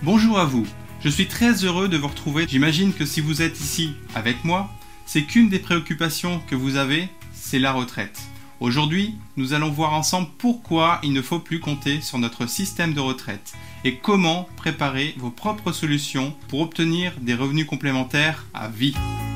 Bonjour à vous, je suis très heureux de vous retrouver. J'imagine que si vous êtes ici avec moi, c'est qu'une des préoccupations que vous avez, c'est la retraite. Aujourd'hui, nous allons voir ensemble pourquoi il ne faut plus compter sur notre système de retraite et comment préparer vos propres solutions pour obtenir des revenus complémentaires à vie.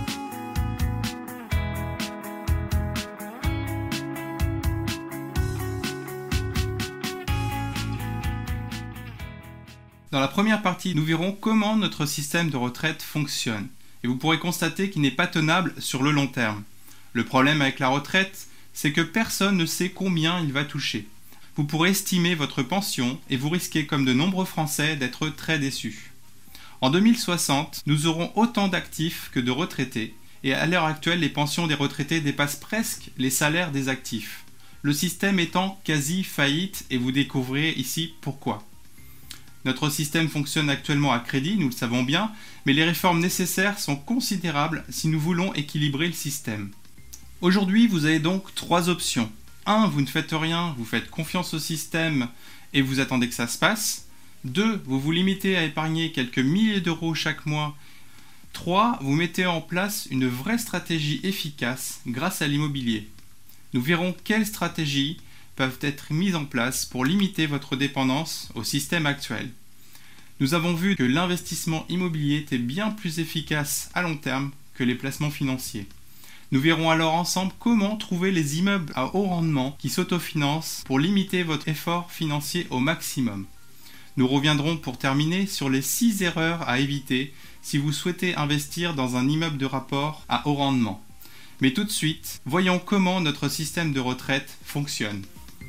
Dans la première partie, nous verrons comment notre système de retraite fonctionne. Et vous pourrez constater qu'il n'est pas tenable sur le long terme. Le problème avec la retraite, c'est que personne ne sait combien il va toucher. Vous pourrez estimer votre pension et vous risquez, comme de nombreux Français, d'être très déçus. En 2060, nous aurons autant d'actifs que de retraités. Et à l'heure actuelle, les pensions des retraités dépassent presque les salaires des actifs. Le système étant quasi faillite et vous découvrirez ici pourquoi. Notre système fonctionne actuellement à crédit, nous le savons bien, mais les réformes nécessaires sont considérables si nous voulons équilibrer le système. Aujourd'hui, vous avez donc 3 options. 1. Vous ne faites rien, vous faites confiance au système et vous attendez que ça se passe. 2. Vous vous limitez à épargner quelques milliers d'euros chaque mois. 3. Vous mettez en place une vraie stratégie efficace grâce à l'immobilier. Nous verrons quelles stratégies peuvent être mises en place pour limiter votre dépendance au système actuel. Nous avons vu que l'investissement immobilier était bien plus efficace à long terme que les placements financiers. Nous verrons alors ensemble comment trouver les immeubles à haut rendement qui s'autofinancent pour limiter votre effort financier au maximum. Nous reviendrons pour terminer sur les 6 erreurs à éviter si vous souhaitez investir dans un immeuble de rapport à haut rendement. Mais tout de suite, voyons comment notre système de retraite fonctionne.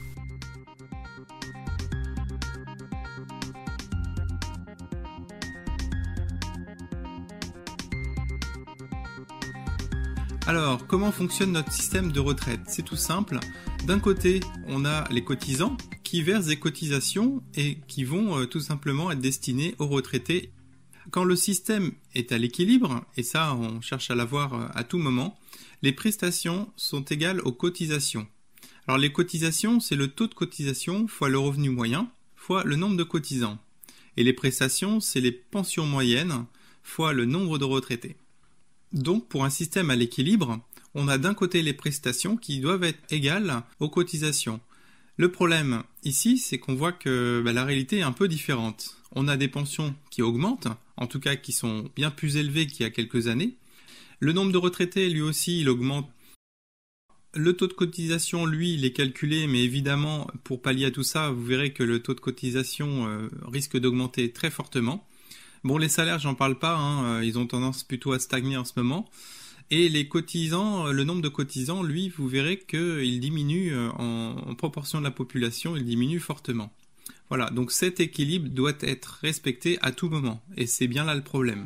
Alors, comment fonctionne notre système de retraite? C'est tout simple. D'un côté, on a les cotisants qui versent des cotisations et qui vont tout simplement être destinés aux retraités. Quand le système est à l'équilibre, et ça on cherche à l'avoir à tout moment, les prestations sont égales aux cotisations. Alors les cotisations, c'est le taux de cotisation fois le revenu moyen fois le nombre de cotisants. Et les prestations, c'est les pensions moyennes fois le nombre de retraités. Donc, pour un système à l'équilibre, on a d'un côté les prestations qui doivent être égales aux cotisations. Le problème ici, c'est qu'on voit que la réalité est un peu différente. On a des pensions qui augmentent, en tout cas qui sont bien plus élevées qu'il y a quelques années. Le nombre de retraités, lui aussi, il augmente. Le taux de cotisation, lui, il est calculé, mais évidemment, pour pallier à tout ça, vous verrez que le taux de cotisation risque d'augmenter très fortement. Bon, les salaires, j'en parle pas, ils ont tendance plutôt à stagner en ce moment. Et les cotisants, le nombre de cotisants, lui, vous verrez qu'il diminue en proportion de la population, il diminue fortement. Voilà, donc cet équilibre doit être respecté à tout moment, et c'est bien là le problème.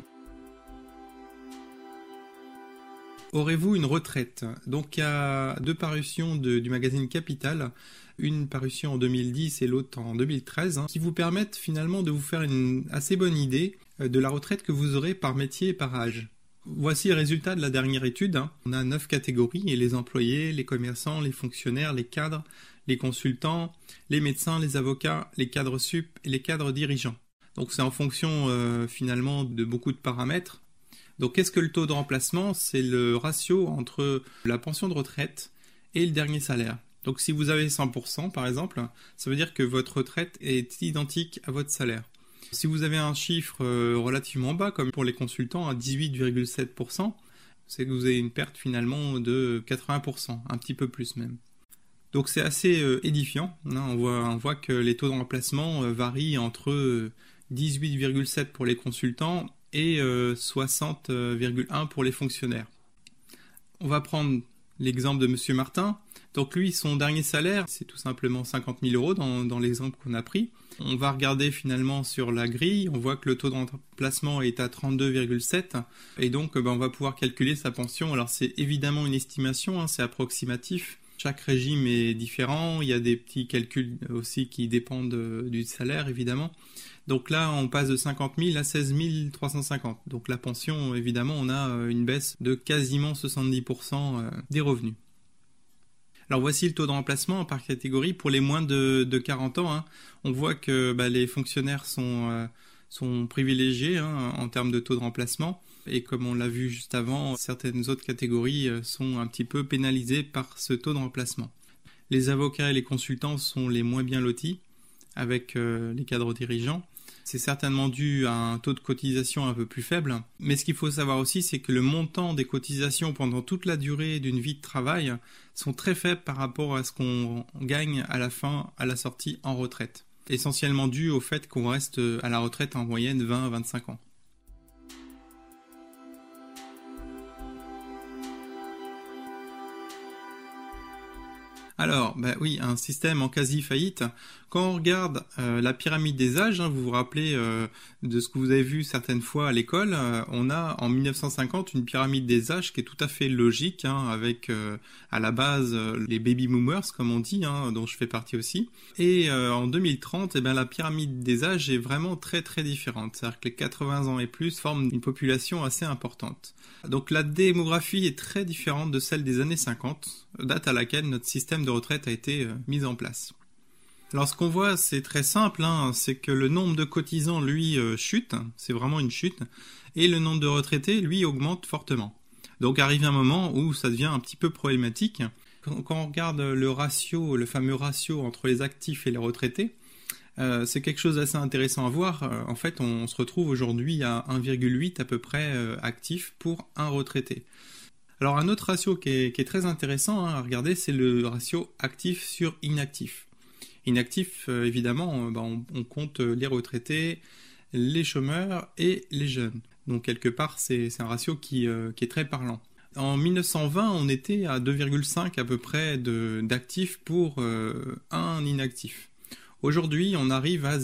Aurez-vous une retraite? Donc il y a 2 parutions du magazine Capital, une parution en 2010 et l'autre en 2013, qui vous permettent finalement de vous faire une assez bonne idée de la retraite que vous aurez par métier et par âge. Voici le résultat de la dernière étude. On a 9 catégories, et les employés, les commerçants, les fonctionnaires, les cadres, les consultants, les médecins, les avocats, les cadres sup et les cadres dirigeants. Donc c'est en fonction finalement de beaucoup de paramètres. Donc qu'est-ce que le taux de remplacement? C'est le ratio entre la pension de retraite et le dernier salaire. Donc si vous avez 100% par exemple, ça veut dire que votre retraite est identique à votre salaire. Si vous avez un chiffre relativement bas, comme pour les consultants à 18,7%, c'est que vous avez une perte finalement de 80%, un petit peu plus même. Donc c'est assez édifiant. On voit que les taux de remplacement varient entre 18,7 pour les consultants et 60,1 pour les fonctionnaires. On va prendre l'exemple de Monsieur Martin. Donc lui, son dernier salaire, c'est tout simplement 50 000 euros dans l'exemple qu'on a pris. On va regarder finalement sur la grille, on voit que le taux de remplacement est à 32,7 et donc on va pouvoir calculer sa pension. Alors c'est évidemment une estimation, c'est approximatif. Chaque régime est différent, il y a des petits calculs aussi qui dépendent du salaire évidemment. Donc là, on passe de 50 000 à 16 350. Donc la pension, évidemment, on a une baisse de quasiment 70% des revenus. Alors voici le taux de remplacement par catégorie pour les moins de 40 ans. On voit que les fonctionnaires sont sont privilégiés en termes de taux de remplacement. Et comme on l'a vu juste avant, certaines autres catégories sont un petit peu pénalisées par ce taux de remplacement. Les avocats et les consultants sont les moins bien lotis avec les cadres dirigeants. C'est certainement dû à un taux de cotisation un peu plus faible. Mais ce qu'il faut savoir aussi, c'est que le montant des cotisations pendant toute la durée d'une vie de travail sont très faibles par rapport à ce qu'on gagne à la fin, à la sortie en retraite. Essentiellement dû au fait qu'on reste à la retraite en moyenne 20 à 25 ans. Alors, oui, un système en quasi-faillite. Quand on regarde la pyramide des âges, vous vous rappelez de ce que vous avez vu certaines fois à l'école, on a en 1950 une pyramide des âges qui est tout à fait logique, avec à la base les baby boomers, comme on dit, dont je fais partie aussi. Et en 2030, la pyramide des âges est vraiment très très différente. C'est-à-dire que les 80 ans et plus forment une population assez importante. Donc la démographie est très différente de celle des années 50, date à laquelle notre système de retraite a été mis en place. Alors ce qu'on voit, c'est très simple, c'est que le nombre de cotisants, lui, chute, c'est vraiment une chute, et le nombre de retraités, lui, augmente fortement. Donc arrive un moment où ça devient un petit peu problématique. Quand on regarde le ratio, le fameux ratio entre les actifs et les retraités, c'est quelque chose d'assez intéressant à voir. En fait, on se retrouve aujourd'hui à 1,8 à peu près actifs pour un retraité. Alors un autre ratio qui est très intéressant à regarder, c'est le ratio actif sur inactif. Inactif, évidemment, on compte les retraités, les chômeurs et les jeunes. Donc quelque part, c'est un ratio qui est très parlant. En 1920, on était à 2,5 à peu près d'actifs pour un inactif. Aujourd'hui, on arrive à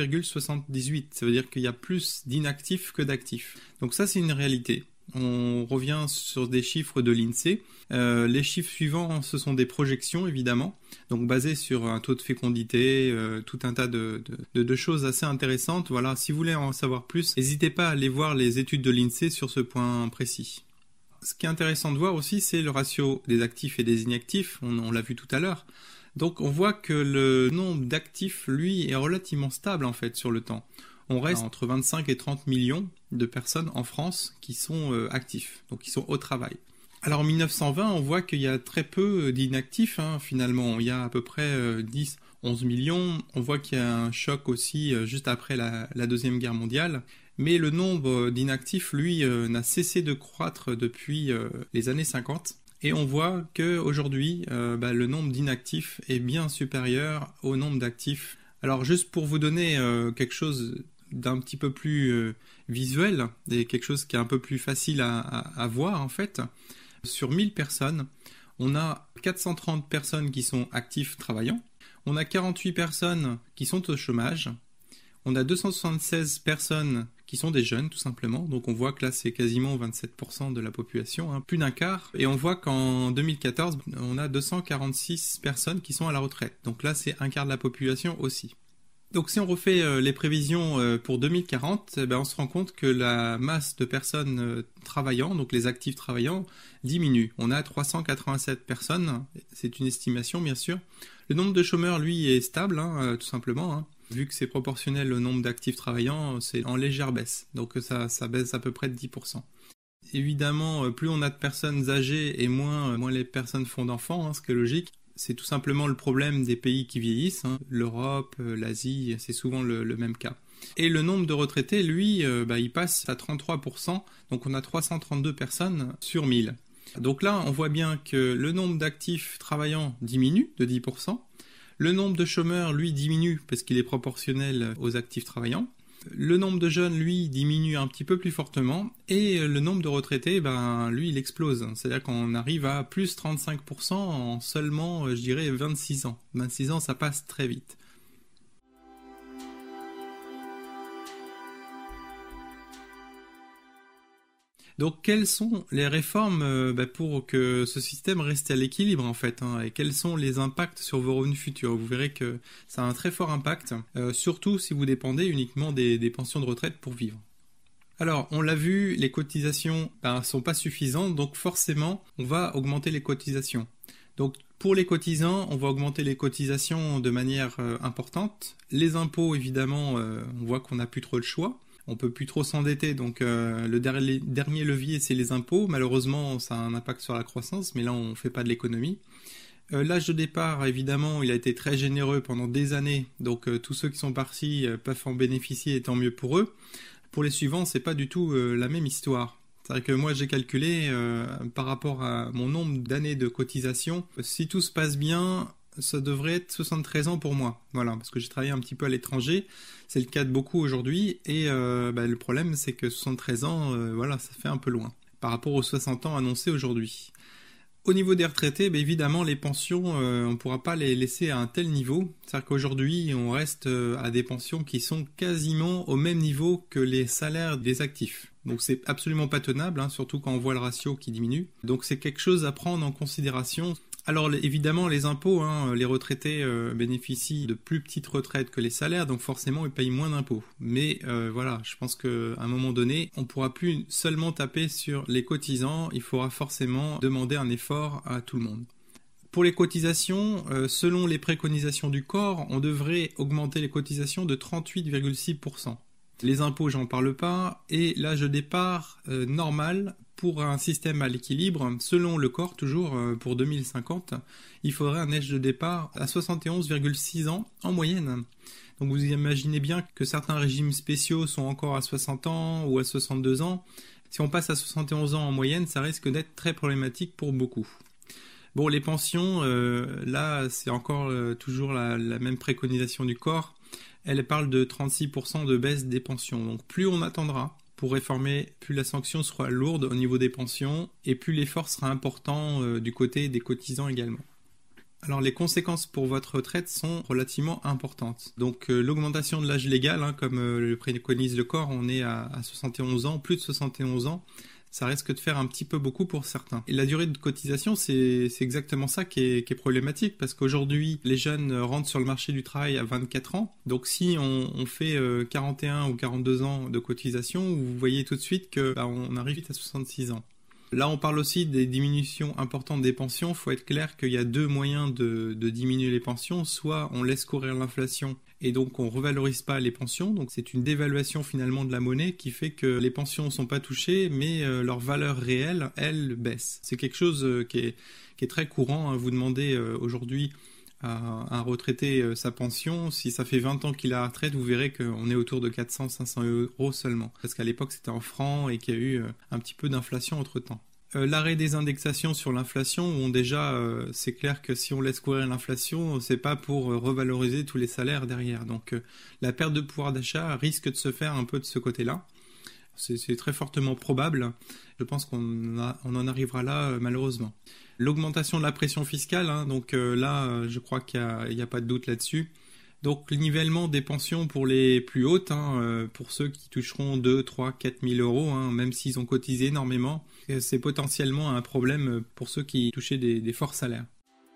0,78. Ça veut dire qu'il y a plus d'inactifs que d'actifs. Donc ça, c'est une réalité. On revient sur des chiffres de l'INSEE. Les chiffres suivants, ce sont des projections, évidemment, donc basées sur un taux de fécondité, tout un tas de choses assez intéressantes. Voilà, si vous voulez en savoir plus, n'hésitez pas à aller voir les études de l'INSEE sur ce point précis. Ce qui est intéressant de voir aussi, c'est le ratio des actifs et des inactifs, on l'a vu tout à l'heure. Donc on voit que le nombre d'actifs, lui, est relativement stable en fait sur le temps. On reste entre 25 et 30 millions de personnes en France qui sont actifs, donc qui sont au travail. Alors en 1920, on voit qu'il y a très peu d'inactifs, finalement. Il y a à peu près 10, 11 millions. On voit qu'il y a un choc aussi juste après la Deuxième Guerre mondiale. Mais le nombre d'inactifs, lui, n'a cessé de croître depuis les années 50. Et on voit qu'aujourd'hui, le nombre d'inactifs est bien supérieur au nombre d'actifs. Alors juste pour vous donner quelque chose d'un petit peu plus visuel, et quelque chose qui est un peu plus facile à voir en fait, sur 1000 personnes, on a 430 personnes qui sont actifs travaillant, on a 48 personnes qui sont au chômage, on a 276 personnes qui sont des jeunes tout simplement, donc on voit que là c'est quasiment 27% de la population, plus d'un quart, et on voit qu'en 2014 on a 246 personnes qui sont à la retraite, donc là c'est un quart de la population aussi. Donc si on refait les prévisions pour 2040, on se rend compte que la masse de personnes travaillant, donc les actifs travaillants, diminue. On a 387 personnes, c'est une estimation bien sûr. Le nombre de chômeurs, lui, est stable, tout simplement. Vu que c'est proportionnel au nombre d'actifs travaillants, c'est en légère baisse. Donc ça baisse à peu près de 10%. Évidemment, plus on a de personnes âgées et moins les personnes font d'enfants, ce qui est logique. C'est tout simplement le problème des pays qui vieillissent. L'Europe, l'Asie, c'est souvent le même cas. Et le nombre de retraités, lui, il passe à 33%. Donc on a 332 personnes sur 1000. Donc là, on voit bien que le nombre d'actifs travaillants diminue de 10%. Le nombre de chômeurs, lui, diminue parce qu'il est proportionnel aux actifs travaillants. Le nombre de jeunes, lui, diminue un petit peu plus fortement. Et le nombre de retraités, lui, il explose. C'est-à-dire qu'on arrive à plus 35% en seulement, je dirais, 26 ans. 26 ans, ça passe très vite. Donc, quelles sont les réformes pour que ce système reste à l'équilibre, en fait, et quels sont les impacts sur vos revenus futurs? Vous verrez que ça a un très fort impact, surtout si vous dépendez uniquement des pensions de retraite pour vivre. Alors, on l'a vu, les cotisations sont pas suffisantes, donc forcément, on va augmenter les cotisations. Donc, Pour les cotisants, on va augmenter les cotisations de manière importante. Les impôts, évidemment, on voit qu'on n'a plus trop le choix. On peut plus trop s'endetter, donc le dernier levier, c'est les impôts. Malheureusement, ça a un impact sur la croissance, mais là, on ne fait pas de l'économie. L'âge de départ, évidemment, il a été très généreux pendant des années, donc tous ceux qui sont partis peuvent en bénéficier, et tant mieux pour eux. Pour les suivants, c'est pas du tout la même histoire. C'est vrai que moi, j'ai calculé par rapport à mon nombre d'années de cotisation, si tout se passe bien, ça devrait être 73 ans pour moi. Voilà, parce que j'ai travaillé un petit peu à l'étranger, c'est le cas de beaucoup aujourd'hui, et le problème, c'est que 73 ans, voilà, ça fait un peu loin par rapport aux 60 ans annoncés aujourd'hui. Au niveau des retraités, évidemment, les pensions, on ne pourra pas les laisser à un tel niveau. C'est-à-dire qu'aujourd'hui, on reste à des pensions qui sont quasiment au même niveau que les salaires des actifs. Donc c'est absolument pas tenable, surtout quand on voit le ratio qui diminue. Donc c'est quelque chose à prendre en considération. Alors évidemment, les impôts, les retraités bénéficient de plus petites retraites que les salaires, donc forcément ils payent moins d'impôts. Mais voilà, je pense qu'à un moment donné, on ne pourra plus seulement taper sur les cotisants, il faudra forcément demander un effort à tout le monde. Pour les cotisations, selon les préconisations du corps, on devrait augmenter les cotisations de 38,6%. Les impôts, j'en parle pas, et l'âge de départ normal pour un système à l'équilibre, selon le corps, toujours pour 2050, il faudrait un âge de départ à 71,6 ans en moyenne. Donc vous imaginez bien que certains régimes spéciaux sont encore à 60 ans ou à 62 ans. Si on passe à 71 ans en moyenne, ça risque d'être très problématique pour beaucoup. Bon, les pensions, là, c'est encore toujours la même préconisation du corps. Elle parle de 36% de baisse des pensions. Donc plus on attendra pour réformer, plus la sanction sera lourde au niveau des pensions et plus l'effort sera important du côté des cotisants également. Alors les conséquences pour votre retraite sont relativement importantes. Donc l'augmentation de l'âge légal, comme le préconise le corps, on est à 71 ans, plus de 71 ans. Ça risque de faire un petit peu beaucoup pour certains. Et la durée de cotisation, c'est exactement ça qui est problématique, parce qu'aujourd'hui, les jeunes rentrent sur le marché du travail à 24 ans. Donc si on fait 41 ou 42 ans de cotisation, vous voyez tout de suite qu'on arrive vite à 66 ans. Là, on parle aussi des diminutions importantes des pensions. Il faut être clair qu'il y a deux moyens de diminuer les pensions. Soit on laisse courir l'inflation et donc on ne revalorise pas les pensions. Donc c'est une dévaluation finalement de la monnaie qui fait que les pensions ne sont pas touchées, mais leur valeur réelle, elle, baisse. C'est quelque chose qui est très courant. Vous demandez aujourd'hui à un retraité sa pension. Si ça fait 20 ans qu'il a la retraite, vous verrez qu'on est autour de 400-500 € seulement. Parce qu'à l'époque, c'était en francs et qu'il y a eu un petit peu d'inflation entre-temps. L'arrêt des indexations sur l'inflation, déjà, c'est clair que si on laisse courir l'inflation, c'est pas pour revaloriser tous les salaires derrière. Donc, la perte de pouvoir d'achat risque de se faire un peu de ce côté-là. C'est très fortement probable. Je pense qu'on en arrivera là, malheureusement. L'augmentation de la pression fiscale, là, je crois qu'il n'y a pas de doute là-dessus. Donc, le nivellement des pensions pour les plus hautes, pour ceux qui toucheront 2, 3, 4 000 €, même s'ils ont cotisé énormément, c'est potentiellement un problème pour ceux qui touchaient des forts salaires.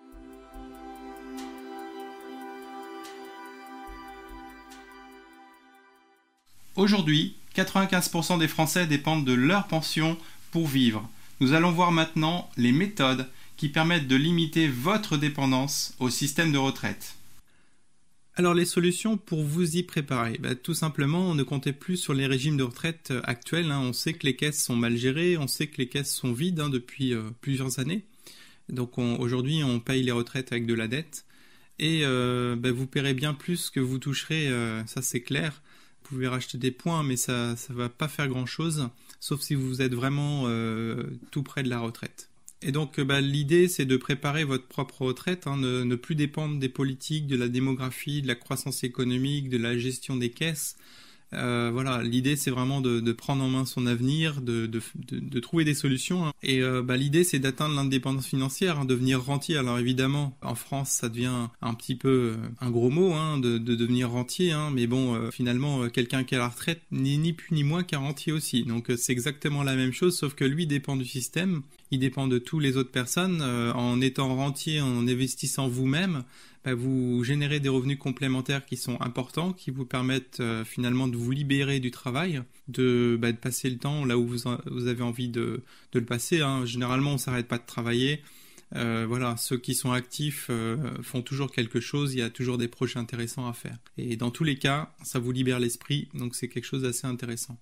Aujourd'hui, 95% des Français dépendent de leur pension pour vivre. Nous allons voir maintenant les méthodes qui permettent de limiter votre dépendance au système de retraite. Alors les solutions pour vous y préparer, tout simplement, ne comptez plus sur les régimes de retraite actuels. On sait que les caisses sont mal gérées, on sait que les caisses sont vides depuis plusieurs années. Donc aujourd'hui, on paye les retraites avec de la dette. Et vous paierez bien plus que vous toucherez, ça c'est clair. Vous pouvez racheter des points, mais ça ne va pas faire grand-chose, sauf si vous êtes vraiment tout près de la retraite. Et donc l'idée, c'est de préparer votre propre retraite, ne plus dépendre des politiques, de la démographie, de la croissance économique, de la gestion des caisses. Voilà, l'idée, c'est vraiment de prendre en main son avenir, de trouver des solutions. Et l'idée, c'est d'atteindre l'indépendance financière, devenir rentier. Alors évidemment, en France, ça devient un petit peu un gros mot, de devenir rentier. Mais bon, finalement, quelqu'un qui est à la retraite n'est ni plus ni moins qu'un rentier aussi. Donc c'est exactement la même chose, sauf que lui dépend du système. Il dépend de toutes les autres personnes. En étant rentier, en investissant vous-même, vous générez des revenus complémentaires qui sont importants, qui vous permettent finalement de vous libérer du travail, de passer le temps là où vous avez envie de le passer. Généralement, on ne s'arrête pas de travailler. Voilà, ceux qui sont actifs font toujours quelque chose, il y a toujours des projets intéressants à faire. Et dans tous les cas, ça vous libère l'esprit, donc c'est quelque chose d'assez intéressant.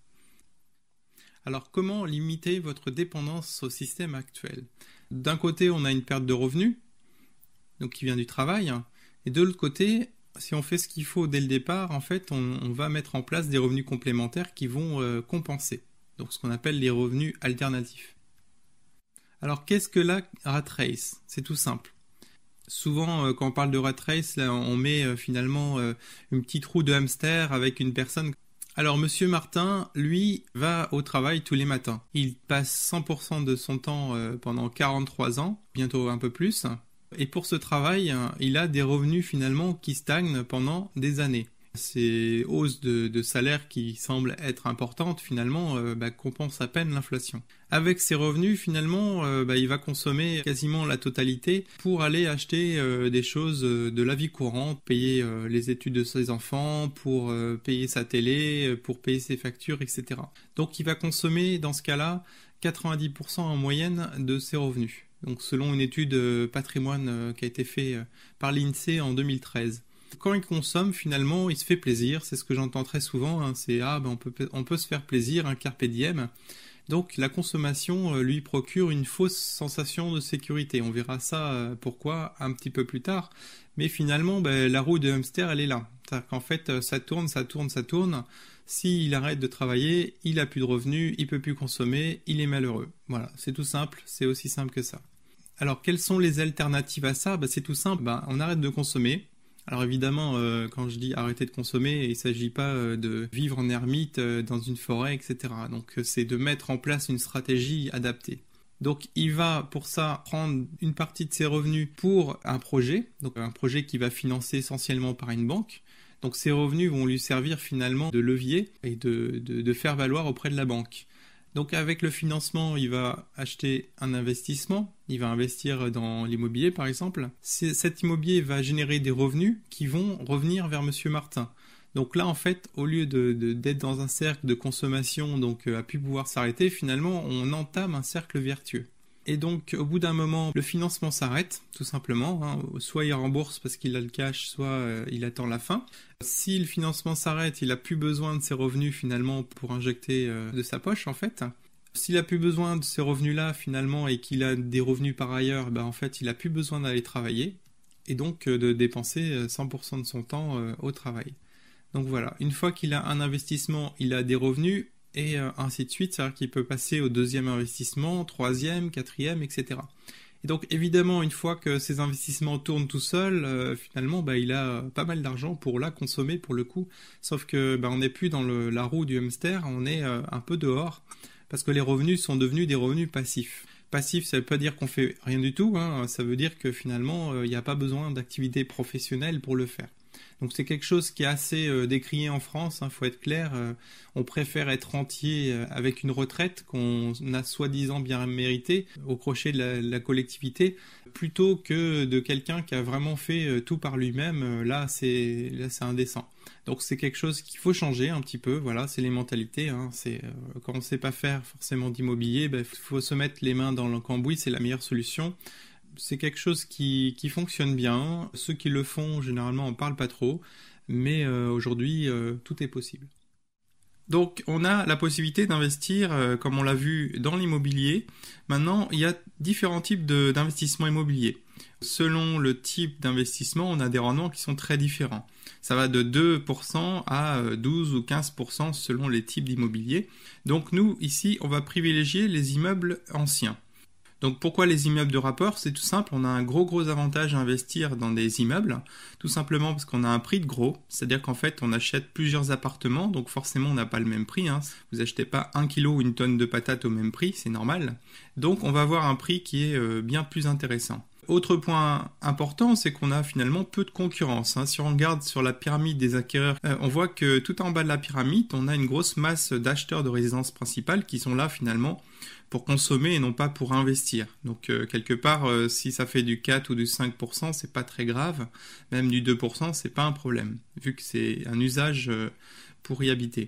Alors, comment limiter votre dépendance au système actuel ? D'un côté, on a une perte de revenus, donc qui vient du travail, et de l'autre côté, si on fait ce qu'il faut dès le départ, en fait, on va mettre en place des revenus complémentaires qui vont compenser. Donc, ce qu'on appelle les revenus alternatifs. Alors, qu'est-ce que la rat race ? C'est tout simple. Souvent, quand on parle de rat race, là, on met finalement une petite roue de hamster avec une personne. Alors, Monsieur Martin, lui, va au travail tous les matins. Il passe 100% de son temps pendant 43 ans, bientôt un peu plus. Et pour ce travail, il a des revenus finalement qui stagnent pendant des années. Ces hausses de salaire qui semblent être importantes finalement compensent à peine l'inflation. Avec ces revenus finalement, il va consommer quasiment la totalité pour aller acheter des choses de la vie courante, payer les études de ses enfants, pour payer sa télé, pour payer ses factures, etc. Donc il va consommer dans ce cas-là 90% en moyenne de ses revenus. Donc selon une étude patrimoine qui a été faite par l'INSEE en 2013. Quand il consomme, finalement, il se fait plaisir. C'est ce que j'entends très souvent. C'est on peut se faire plaisir, un carpe diem. Donc la consommation lui procure une fausse sensation de sécurité. On verra ça pourquoi un petit peu plus tard. Mais finalement, la roue de hamster, elle est là. C'est-à-dire qu'en fait, ça tourne. S'il arrête de travailler, il n'a plus de revenus, il ne peut plus consommer, il est malheureux. Voilà, c'est tout simple, c'est aussi simple que ça. Alors, quelles sont les alternatives à ça ? C'est tout simple, on arrête de consommer. Alors évidemment, quand je dis arrêter de consommer, il ne s'agit pas de vivre en ermite dans une forêt, etc. Donc c'est de mettre en place une stratégie adaptée. Donc il va pour ça prendre une partie de ses revenus pour un projet, donc un projet qui va financer essentiellement par une banque. Donc ces revenus vont lui servir finalement de levier et de faire valoir auprès de la banque. Donc avec le financement, il va acheter un investissement, il va investir dans l'immobilier par exemple. Cet immobilier va générer des revenus qui vont revenir vers Monsieur Martin. Donc là en fait, au lieu d'être dans un cercle de consommation, donc à plus pouvoir s'arrêter, finalement on entame un cercle vertueux. Et donc, au bout d'un moment, le financement s'arrête, tout simplement. Soit il rembourse parce qu'il a le cash, soit il attend la fin. Si le financement s'arrête, il n'a plus besoin de ses revenus, finalement, pour injecter de sa poche, en fait. S'il n'a plus besoin de ces revenus-là, finalement, et qu'il a des revenus par ailleurs, en fait, il n'a plus besoin d'aller travailler. Et donc, de dépenser 100% de son temps au travail. Donc voilà, une fois qu'il a un investissement, il a des revenus, et ainsi de suite, c'est-à-dire qu'il peut passer au deuxième investissement, troisième, quatrième, etc. Et donc évidemment, une fois que ces investissements tournent tout seuls, finalement, il a pas mal d'argent pour la consommer pour le coup, sauf que on n'est plus dans la roue du hamster, on est un peu dehors, parce que les revenus sont devenus des revenus passifs. Passif, ça ne veut pas dire qu'on fait rien du tout, ça veut dire que finalement, il n'y a pas besoin d'activité professionnelle pour le faire. Donc c'est quelque chose qui est assez décrié en France, faut être clair, on préfère être rentier avec une retraite qu'on a soi-disant bien méritée au crochet de la collectivité, plutôt que de quelqu'un qui a vraiment fait tout par lui-même, là c'est indécent. Donc c'est quelque chose qu'il faut changer un petit peu, voilà, c'est les mentalités, quand on ne sait pas faire forcément d'immobilier, il faut se mettre les mains dans le cambouis, c'est la meilleure solution. C'est quelque chose qui fonctionne bien. Ceux qui le font, généralement, on ne parle pas trop. Mais aujourd'hui, tout est possible. Donc, on a la possibilité d'investir, comme on l'a vu, dans l'immobilier. Maintenant, il y a différents types d'investissements immobiliers. Selon le type d'investissement, on a des rendements qui sont très différents. Ça va de 2% à 12 ou 15% selon les types d'immobilier. Donc, nous, ici, on va privilégier les immeubles anciens. Donc pourquoi les immeubles de rapport ? C'est tout simple, on a un gros avantage à investir dans des immeubles, tout simplement parce qu'on a un prix de gros, c'est-à-dire qu'en fait on achète plusieurs appartements, donc forcément on n'a pas le même prix, vous achetez pas 1 kilo ou une tonne de patates au même prix, c'est normal, donc on va avoir un prix qui est bien plus intéressant. Autre point important, c'est qu'on a finalement peu de concurrence. Si on regarde sur la pyramide des acquéreurs, on voit que tout en bas de la pyramide, on a une grosse masse d'acheteurs de résidence principale qui sont là finalement pour consommer et non pas pour investir. Donc quelque part, si ça fait du 4 ou du 5%, c'est pas très grave. Même du 2%, c'est pas un problème, vu que c'est un usage pour y habiter.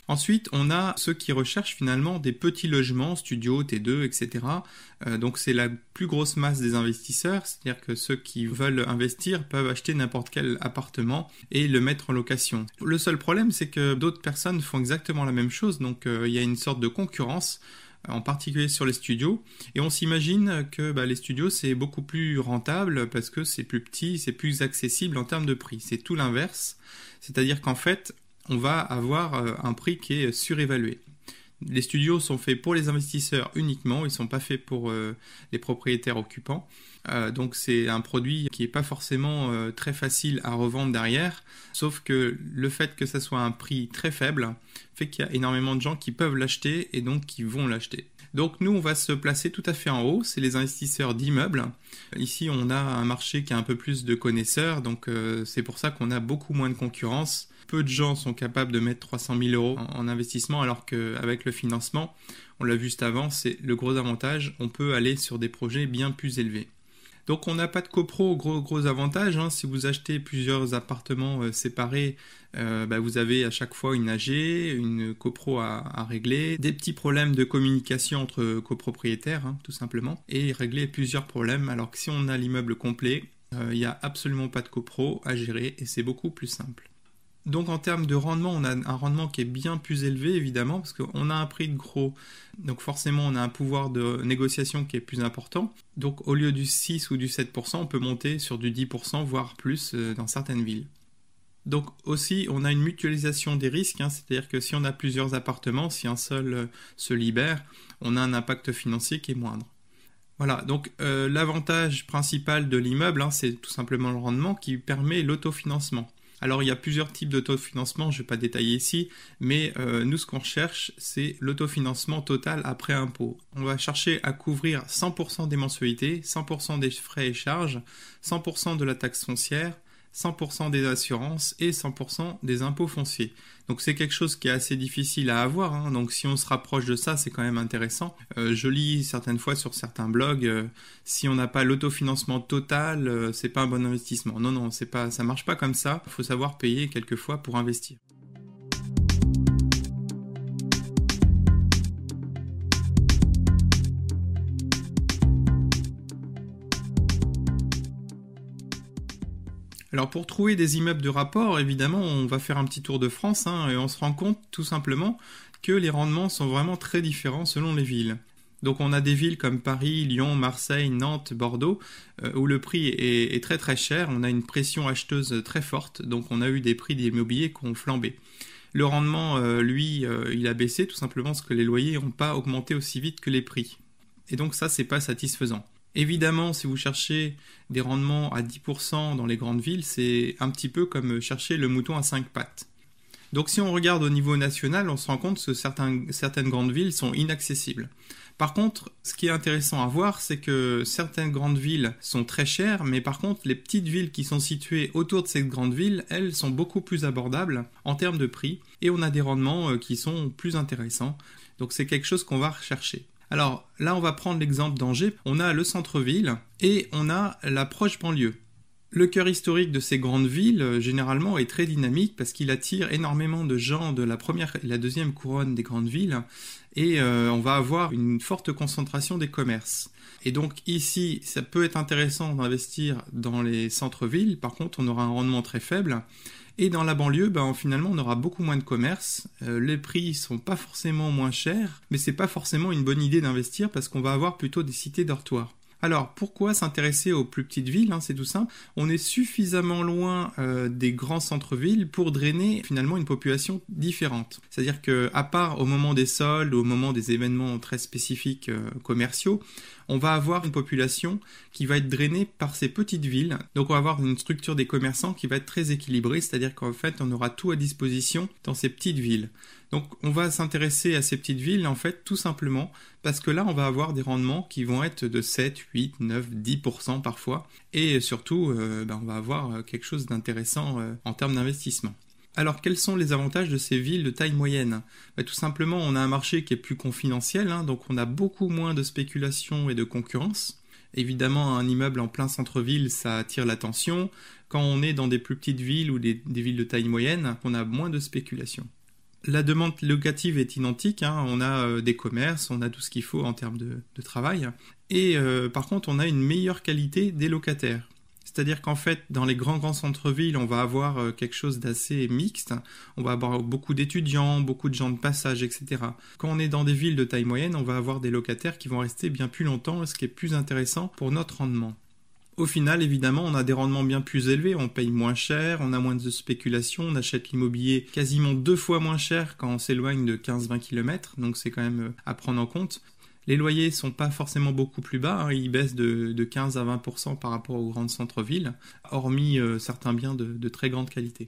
Ensuite, on a ceux qui recherchent finalement des petits logements, studios, T2, etc. Donc c'est la plus grosse masse des investisseurs, c'est-à-dire que ceux qui veulent investir peuvent acheter n'importe quel appartement et le mettre en location. Le seul problème, c'est que d'autres personnes font exactement la même chose, donc il y a une sorte de concurrence, en particulier sur les studios, et on s'imagine que les studios c'est beaucoup plus rentable parce que c'est plus petit, c'est plus accessible en termes de prix. C'est tout l'inverse, c'est-à-dire qu'en fait, on va avoir un prix qui est surévalué. Les studios sont faits pour les investisseurs uniquement, ils ne sont pas faits pour les propriétaires occupants. Donc c'est un produit qui n'est pas forcément très facile à revendre derrière, sauf que le fait que ça soit un prix très faible fait qu'il y a énormément de gens qui peuvent l'acheter et donc qui vont l'acheter. Donc nous, on va se placer tout à fait en haut, c'est les investisseurs d'immeubles. Ici, on a un marché qui a un peu plus de connaisseurs, donc c'est pour ça qu'on a beaucoup moins de concurrence. Peu de gens sont capables de mettre 300 000 euros en investissement, alors qu'avec le financement, on l'a vu juste avant, c'est le gros avantage, on peut aller sur des projets bien plus élevés. Donc on n'a pas de copro, gros avantage, hein. Si vous achetez plusieurs appartements séparés, vous avez à chaque fois une AG, une copro à régler, des petits problèmes de communication entre copropriétaires, hein, tout simplement, et régler plusieurs problèmes, alors que si on a l'immeuble complet, il n'y a absolument pas de copro à gérer et c'est beaucoup plus simple. Donc en termes de rendement, on a un rendement qui est bien plus élevé évidemment parce qu'on a un prix de gros, donc forcément on a un pouvoir de négociation qui est plus important. Donc au lieu du 6 ou du 7%, on peut monter sur du 10% voire plus dans certaines villes. Donc aussi on a une mutualisation des risques, hein, c'est-à-dire que si on a plusieurs appartements, si un seul se libère, on a un impact financier qui est moindre. Voilà, donc l'avantage principal de l'immeuble, hein, c'est tout simplement le rendement qui permet l'autofinancement. Alors il y a plusieurs types d'autofinancement, je ne vais pas détailler ici, mais nous ce qu'on recherche c'est l'autofinancement total après impôt. On va chercher à couvrir 100% des mensualités, 100% des frais et charges, 100% de la taxe foncière, 100% des assurances et 100% des impôts fonciers. Donc c'est quelque chose qui est assez difficile à avoir, hein. Donc si on se rapproche de ça, c'est quand même intéressant. Je lis certaines fois sur certains blogs, si on n'a pas l'autofinancement total, c'est pas un bon investissement. Non, ça marche pas comme ça. Il faut savoir payer quelquefois pour investir. Alors pour trouver des immeubles de rapport, évidemment, on va faire un petit tour de France, hein, et on se rend compte tout simplement que les rendements sont vraiment très différents selon les villes. Donc on a des villes comme Paris, Lyon, Marseille, Nantes, Bordeaux, où le prix est très très cher, on a une pression acheteuse très forte, donc on a eu des prix d'immobilier qui ont flambé. Le rendement, il a baissé tout simplement parce que les loyers n'ont pas augmenté aussi vite que les prix. Et donc ça, c'est pas satisfaisant. Évidemment, si vous cherchez des rendements à 10% dans les grandes villes, c'est un petit peu comme chercher le mouton à 5 pattes. Donc si on regarde au niveau national, on se rend compte que certaines grandes villes sont inaccessibles. Par contre, ce qui est intéressant à voir, c'est que certaines grandes villes sont très chères, mais par contre, les petites villes qui sont situées autour de ces grandes villes, elles sont beaucoup plus abordables en termes de prix, et on a des rendements qui sont plus intéressants. Donc c'est quelque chose qu'on va rechercher. Alors là, on va prendre l'exemple d'Angers. On a le centre-ville et on a la proche banlieue. Le cœur historique de ces grandes villes, généralement, est très dynamique parce qu'il attire énormément de gens de la première et la deuxième couronne des grandes villes et on va avoir une forte concentration des commerces. Et donc ici, ça peut être intéressant d'investir dans les centres-villes. Par contre, on aura un rendement très faible. Et dans la banlieue, finalement, on aura beaucoup moins de commerce. Les prix sont pas forcément moins chers, mais c'est pas forcément une bonne idée d'investir parce qu'on va avoir plutôt des cités dortoirs. Alors, pourquoi s'intéresser aux plus petites villes, hein, c'est tout simple. On est suffisamment loin des grands centres-villes pour drainer finalement une population différente. C'est-à-dire qu'à part au moment des soldes, au moment des événements très spécifiques commerciaux, on va avoir une population qui va être drainée par ces petites villes. Donc on va avoir une structure des commerçants qui va être très équilibrée, c'est-à-dire qu'en fait on aura tout à disposition dans ces petites villes. Donc on va s'intéresser à ces petites villes en fait tout simplement parce que là on va avoir des rendements qui vont être de 7, 8, 9, 10% parfois et surtout on va avoir quelque chose d'intéressant en termes d'investissement. Alors quels sont les avantages de ces villes de taille moyenne ? Tout simplement on a un marché qui est plus confidentiel, hein, donc on a beaucoup moins de spéculation et de concurrence. Évidemment un immeuble en plein centre-ville ça attire l'attention. Quand on est dans des plus petites villes ou des villes de taille moyenne, on a moins de spéculation. La demande locative est identique, hein. On a des commerces, on a tout ce qu'il faut en termes de travail. Et par contre, on a une meilleure qualité des locataires. C'est-à-dire qu'en fait, dans les grands centres-villes, on va avoir quelque chose d'assez mixte. On va avoir beaucoup d'étudiants, beaucoup de gens de passage, etc. Quand on est dans des villes de taille moyenne, on va avoir des locataires qui vont rester bien plus longtemps, ce qui est plus intéressant pour notre rendement. Au final, évidemment, on a des rendements bien plus élevés, on paye moins cher, on a moins de spéculation, on achète l'immobilier quasiment 2 fois moins cher quand on s'éloigne de 15-20 km, donc c'est quand même à prendre en compte. Les loyers sont pas forcément beaucoup plus bas, hein, ils baissent de 15 à 20% par rapport aux grandes centres-villes, hormis certains biens de très grande qualité.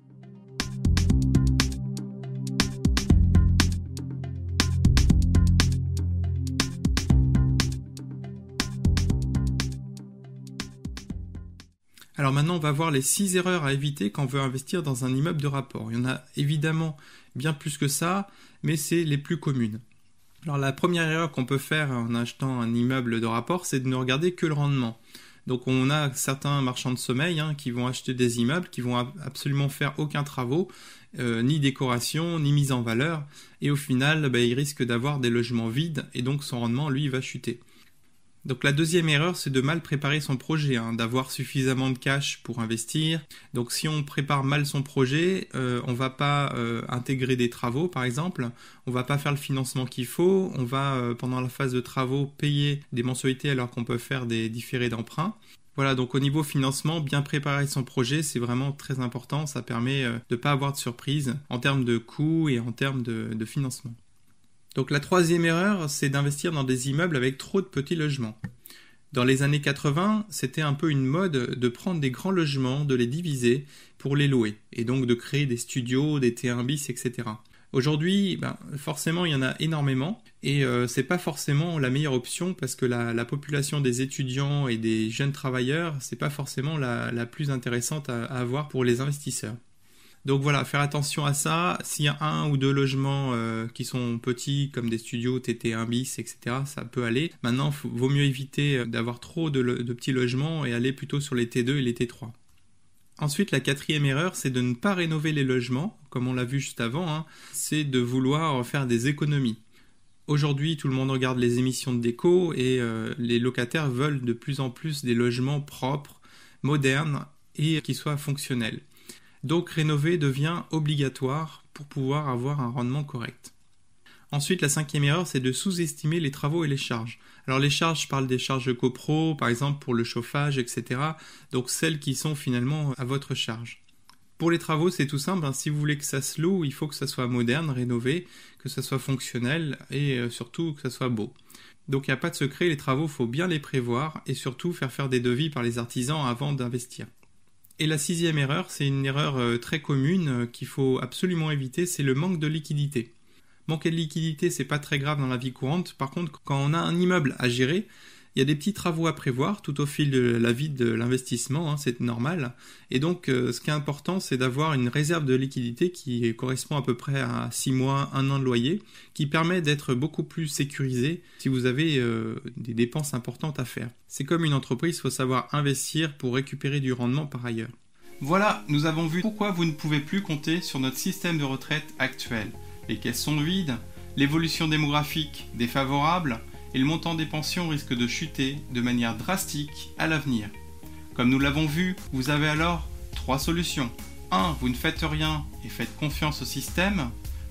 Alors maintenant, on va voir les 6 erreurs à éviter quand on veut investir dans un immeuble de rapport. Il y en a évidemment bien plus que ça, mais c'est les plus communes. Alors la première erreur qu'on peut faire en achetant un immeuble de rapport, c'est de ne regarder que le rendement. Donc on a certains marchands de sommeil qui vont acheter des immeubles, qui vont absolument faire aucun travaux, ni décoration, ni mise en valeur, et au final, il risque d'avoir des logements vides, et donc son rendement, lui, va chuter. Donc la deuxième erreur, c'est de mal préparer son projet, d'avoir suffisamment de cash pour investir. Donc si on prépare mal son projet, on va pas intégrer des travaux par exemple, on va pas faire le financement qu'il faut, on va pendant la phase de travaux payer des mensualités alors qu'on peut faire des différés d'emprunt. Voilà, donc au niveau financement, bien préparer son projet, c'est vraiment très important, ça permet de ne pas avoir de surprise en termes de coûts et en termes de financement. Donc la troisième erreur, c'est d'investir dans des immeubles avec trop de petits logements. Dans les années 80, c'était un peu une mode de prendre des grands logements, de les diviser pour les louer, et donc de créer des studios, des T1 bis, etc. Aujourd'hui, forcément, il y en a énormément, et c'est pas forcément la meilleure option parce que la population des étudiants et des jeunes travailleurs, c'est pas forcément la plus intéressante à avoir pour les investisseurs. Donc voilà, faire attention à ça. S'il y a 1 ou 2 logements qui sont petits, comme des studios TT1 bis, etc., ça peut aller. Maintenant, vaut mieux éviter d'avoir trop de petits logements et aller plutôt sur les T2 et les T3. Ensuite, la quatrième erreur, c'est de ne pas rénover les logements, comme on l'a vu juste avant, c'est de vouloir faire des économies. Aujourd'hui, tout le monde regarde les émissions de déco et les locataires veulent de plus en plus des logements propres, modernes et qui soient fonctionnels. Donc rénover devient obligatoire pour pouvoir avoir un rendement correct. Ensuite, la cinquième erreur, c'est de sous-estimer les travaux et les charges. Alors les charges, je parle des charges copro, par exemple pour le chauffage, etc. Donc celles qui sont finalement à votre charge. Pour les travaux, c'est tout simple, si vous voulez que ça se loue, il faut que ça soit moderne, rénové, que ça soit fonctionnel et surtout que ça soit beau. Donc il n'y a pas de secret, les travaux, il faut bien les prévoir et surtout faire des devis par les artisans avant d'investir. Et la sixième erreur, c'est une erreur très commune qu'il faut absolument éviter, c'est le manque de liquidité. Manquer de liquidité, c'est pas très grave dans la vie courante. Par contre, quand on a un immeuble à gérer, il y a des petits travaux à prévoir tout au fil de la vie de l'investissement, c'est normal. Et donc, ce qui est important, c'est d'avoir une réserve de liquidité qui correspond à peu près à 6 mois, 1 an de loyer, qui permet d'être beaucoup plus sécurisé si vous avez des dépenses importantes à faire. C'est comme une entreprise, il faut savoir investir pour récupérer du rendement par ailleurs. Voilà, nous avons vu pourquoi vous ne pouvez plus compter sur notre système de retraite actuel. Les caisses sont vides, l'évolution démographique défavorable, et le montant des pensions risque de chuter de manière drastique à l'avenir. Comme nous l'avons vu, vous avez alors 3 solutions. 1. Vous ne faites rien et faites confiance au système.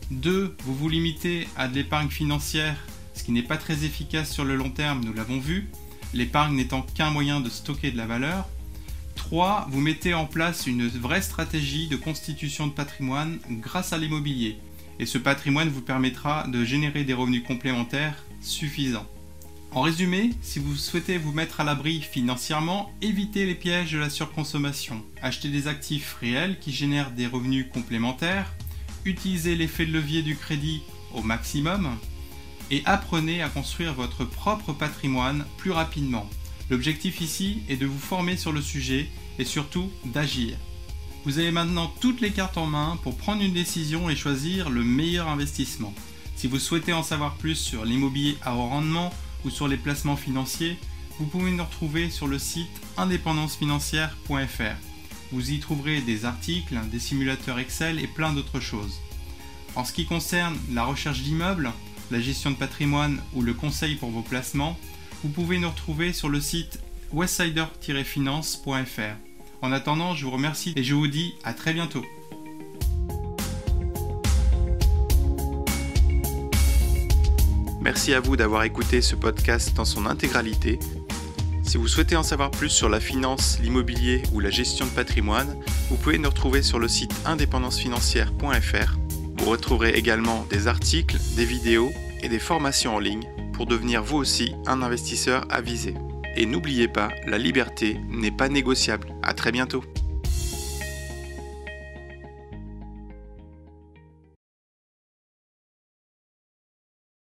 2. Vous vous limitez à de l'épargne financière, ce qui n'est pas très efficace sur le long terme, nous l'avons vu, l'épargne n'étant qu'un moyen de stocker de la valeur. 3. Vous mettez en place une vraie stratégie de constitution de patrimoine grâce à l'immobilier. Et ce patrimoine vous permettra de générer des revenus complémentaires suffisants. En résumé, si vous souhaitez vous mettre à l'abri financièrement, évitez les pièges de la surconsommation. Achetez des actifs réels qui génèrent des revenus complémentaires, utilisez l'effet de levier du crédit au maximum et apprenez à construire votre propre patrimoine plus rapidement. L'objectif ici est de vous former sur le sujet et surtout d'agir. Vous avez maintenant toutes les cartes en main pour prendre une décision et choisir le meilleur investissement. Si vous souhaitez en savoir plus sur l'immobilier à haut rendement ou sur les placements financiers, vous pouvez nous retrouver sur le site independancefinancière.fr. Vous y trouverez des articles, des simulateurs Excel et plein d'autres choses. En ce qui concerne la recherche d'immeubles, la gestion de patrimoine ou le conseil pour vos placements, vous pouvez nous retrouver sur le site westsider-finance.fr. En attendant, je vous remercie et je vous dis à très bientôt. Merci à vous d'avoir écouté ce podcast dans son intégralité. Si vous souhaitez en savoir plus sur la finance, l'immobilier ou la gestion de patrimoine, vous pouvez nous retrouver sur le site independancefinancière.fr. Vous retrouverez également des articles, des vidéos et des formations en ligne pour devenir vous aussi un investisseur avisé. Et n'oubliez pas, la liberté n'est pas négociable. À très bientôt.